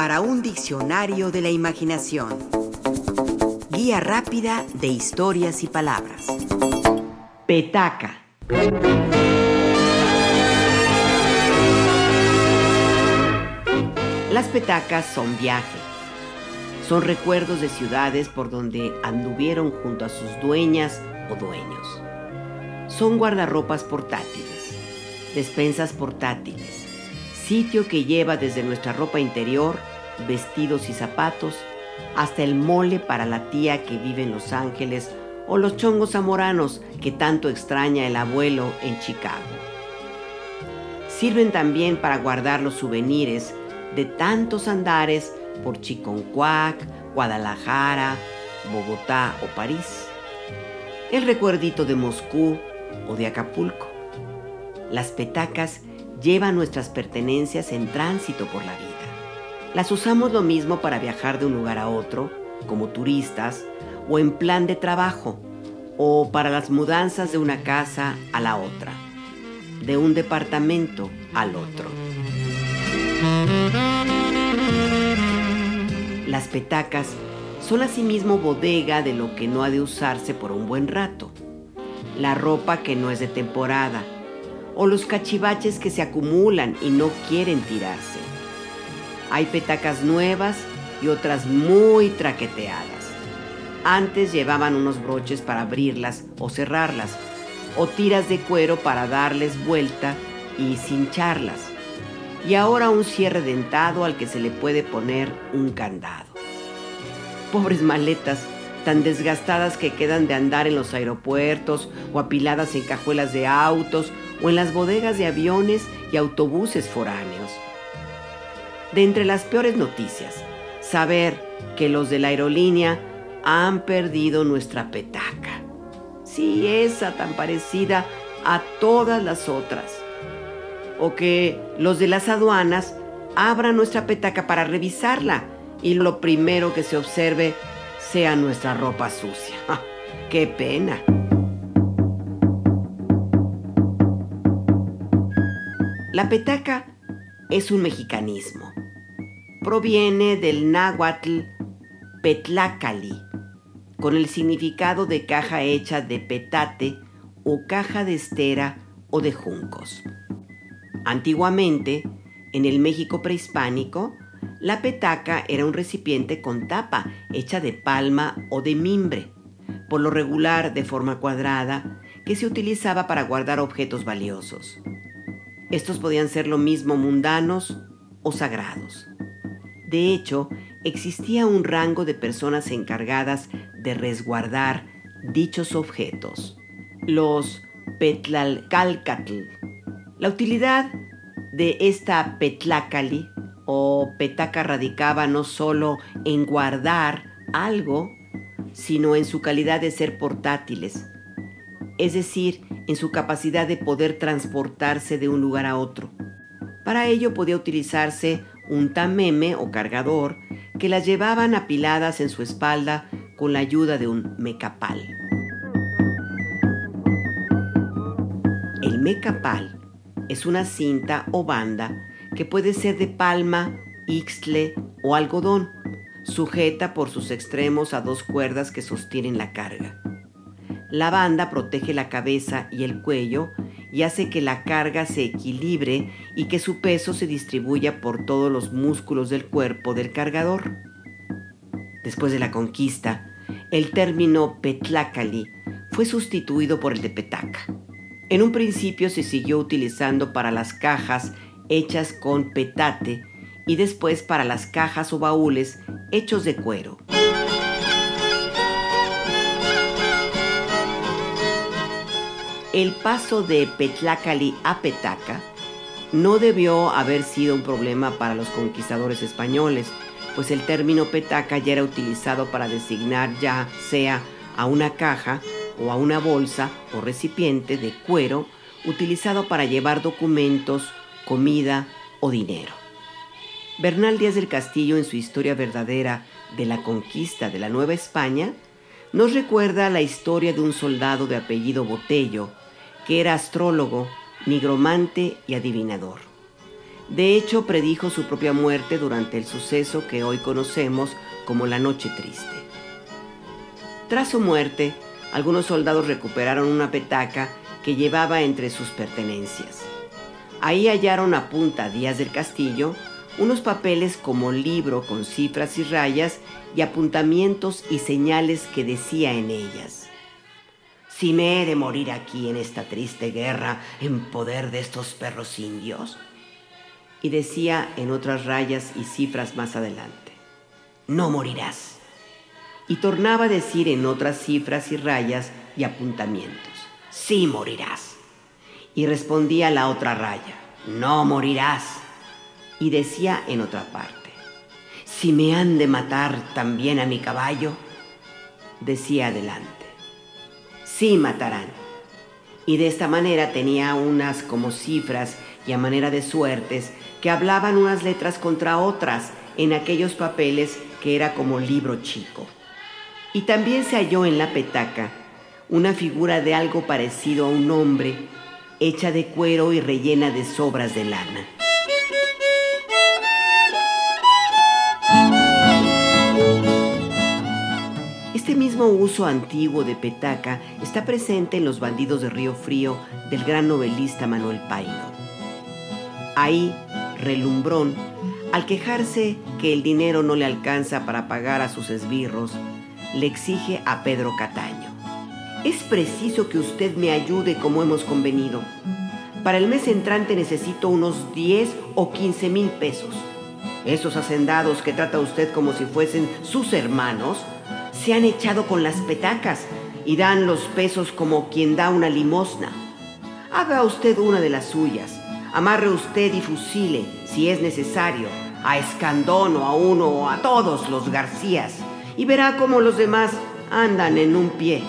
para un diccionario de la imaginación. Guía rápida de historias y palabras. Petaca. Las petacas son viaje. Son recuerdos de ciudades por donde anduvieron junto a sus dueñas o dueños. Son guardarropas portátiles, despensas portátiles, sitio que lleva desde nuestra ropa interior, vestidos y zapatos, hasta el mole para la tía que vive en Los Ángeles o los chongos zamoranos que tanto extraña el abuelo en Chicago. Sirven también para guardar los souvenirs de tantos andares por Chiconcuac, Guadalajara, Bogotá o París. El recuerdito de Moscú o de Acapulco. Las petacas llevan nuestras pertenencias en tránsito por la vida. Las usamos lo mismo para viajar de un lugar a otro, como turistas, o en plan de trabajo, o para las mudanzas de una casa a la otra, de un departamento al otro. Las petacas son asimismo bodega de lo que no ha de usarse por un buen rato, la ropa que no es de temporada, o los cachivaches que se acumulan y no quieren tirarse. Hay petacas nuevas y otras muy traqueteadas. Antes llevaban unos broches para abrirlas o cerrarlas, o tiras de cuero para darles vuelta y cincharlas. Y ahora un cierre dentado al que se le puede poner un candado. Pobres maletas, tan desgastadas que quedan de andar en los aeropuertos o apiladas en cajuelas de autos o en las bodegas de aviones y autobuses foráneos. De entre las peores noticias, saber que los de la aerolínea han perdido nuestra petaca. Sí, esa tan parecida a todas las otras. O que los de las aduanas abran nuestra petaca para revisarla y lo primero que se observe sea nuestra ropa sucia. ¡Qué pena! La petaca es un mexicanismo. Proviene del náhuatl petlácali, con el significado de caja hecha de petate o caja de estera o de juncos. Antiguamente, en el México prehispánico, la petaca era un recipiente con tapa hecha de palma o de mimbre, por lo regular de forma cuadrada, que se utilizaba para guardar objetos valiosos. Estos podían ser lo mismo mundanos o sagrados. De hecho, existía un rango de personas encargadas de resguardar dichos objetos, los petlalcalcatl. La utilidad de esta petlácali o petaca radicaba no solo en guardar algo, sino en su calidad de ser portátiles, es decir, en su capacidad de poder transportarse de un lugar a otro. Para ello podía utilizarse un tameme o cargador que las llevaban apiladas en su espalda con la ayuda de un mecapal. El mecapal es una cinta o banda que puede ser de palma, ixtle o algodón, sujeta por sus extremos a dos cuerdas que sostienen la carga. La banda protege la cabeza y el cuello y hace que la carga se equilibre y que su peso se distribuya por todos los músculos del cuerpo del cargador. Después de la conquista, el término petlácali fue sustituido por el de petaca. En un principio se siguió utilizando para las cajas hechas con petate y después para las cajas o baúles hechos de cuero. El paso de petlácali a petaca no debió haber sido un problema para los conquistadores españoles, pues el término petaca ya era utilizado para designar ya sea a una caja o a una bolsa o recipiente de cuero utilizado para llevar documentos, comida o dinero. Bernal Díaz del Castillo, en su historia verdadera de la conquista de la Nueva España, nos recuerda la historia de un soldado de apellido Botello, que era astrólogo, nigromante y adivinador. De hecho, predijo su propia muerte durante el suceso que hoy conocemos como la Noche Triste. Tras su muerte, algunos soldados recuperaron una petaca que llevaba entre sus pertenencias. Ahí hallaron a Punta Díaz del Castillo unos papeles como libro con cifras y rayas y apuntamientos y señales que decía en ellas: si me he de morir aquí en esta triste guerra en poder de estos perros indios. Y decía en otras rayas y cifras más adelante: no morirás. Y tornaba a decir en otras cifras y rayas y apuntamientos: sí morirás. Y respondía la otra raya: no morirás. Y decía en otra parte: si me han de matar también a mi caballo. Decía adelante: sí matarán. Y de esta manera tenía unas como cifras y a manera de suertes que hablaban unas letras contra otras en aquellos papeles que era como libro chico. Y también se halló en la petaca una figura de algo parecido a un hombre, hecha de cuero y rellena de sobras de lana. Este mismo uso antiguo de petaca está presente en Los bandidos de Río Frío del gran novelista Manuel Paino. Ahí, Relumbrón, al quejarse que el dinero no le alcanza para pagar a sus esbirros, le exige a Pedro Cataño: es preciso que usted me ayude como hemos convenido. Para el mes entrante necesito unos 10 o 15,000 pesos. Esos hacendados que trata usted como si fuesen sus hermanos se han echado con las petacas y dan los pesos como quien da una limosna. Haga usted una de las suyas. Amarre usted y fusile, si es necesario, a Escandón o a uno o a todos los Garcías, y verá cómo los demás andan en un pie.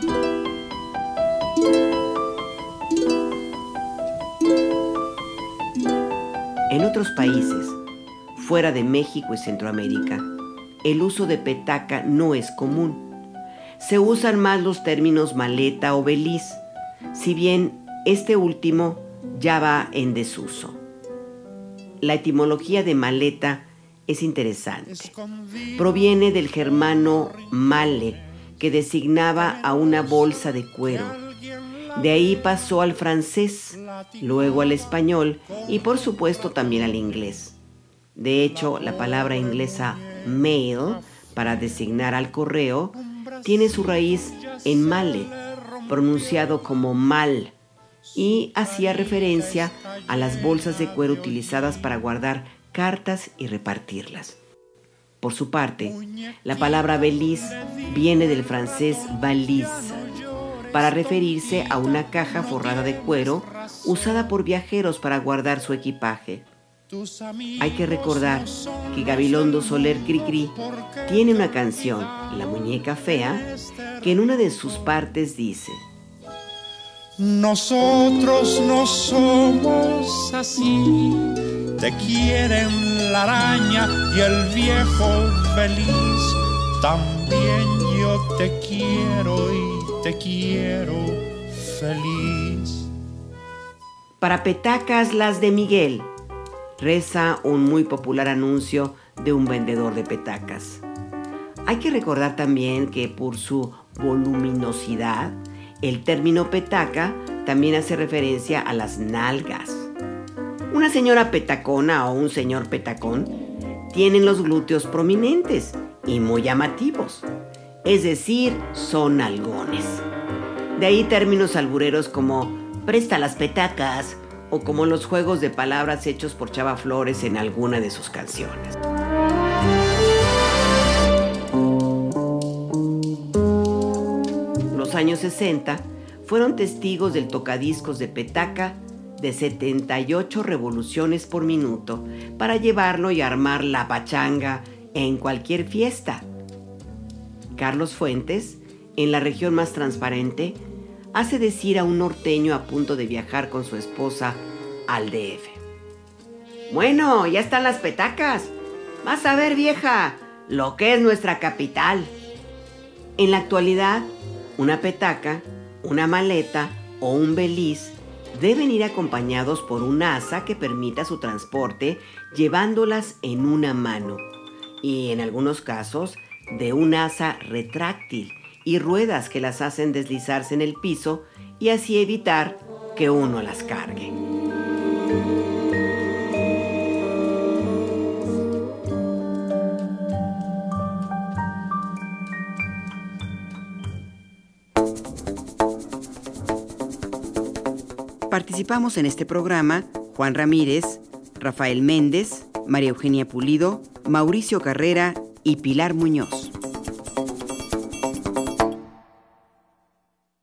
En otros países, fuera de México y Centroamérica, el uso de petaca no es común. Se usan más los términos maleta o beliz, si bien este último ya va en desuso. La etimología de maleta es interesante. Proviene del germano male, que designaba a una bolsa de cuero. De ahí pasó al francés, luego al español y por supuesto también al inglés. De hecho, la palabra inglesa mail, para designar al correo, tiene su raíz en male, pronunciado como mal, y hacía referencia a las bolsas de cuero utilizadas para guardar cartas y repartirlas. Por su parte, la palabra beliz viene del francés valise, para referirse a una caja forrada de cuero usada por viajeros para guardar su equipaje. Hay que recordar que Gabilondo Soler Cricri tiene una canción, La Muñeca Fea, que en una de sus partes dice: nosotros no somos así, te quieren la araña y el viejo feliz, también yo te quiero y te quiero feliz. Para petacas las de Miguel, reza un muy popular anuncio de un vendedor de petacas. Hay que recordar también que por su voluminosidad, el término petaca también hace referencia a las nalgas. Una señora petacona o un señor petacón tienen los glúteos prominentes y muy llamativos, es decir, son nalgones. De ahí términos albureros como presta las petacas o como los juegos de palabras hechos por Chava Flores en alguna de sus canciones. Los años 60 fueron testigos del tocadiscos de petaca de 78 revoluciones por minuto para llevarlo y armar la pachanga en cualquier fiesta. Carlos Fuentes, en La región más transparente, hace decir a un norteño a punto de viajar con su esposa al DF: bueno, ya están las petacas. Vas a ver, vieja, lo que es nuestra capital. En la actualidad, una petaca, una maleta o un beliz deben ir acompañados por un asa que permita su transporte, llevándolas en una mano, y en algunos casos de un asa retráctil y ruedas que las hacen deslizarse en el piso y así evitar que uno las cargue. Participamos en este programa Juan Ramírez, Rafael Méndez, María Eugenia Pulido, Mauricio Carrera y Pilar Muñoz.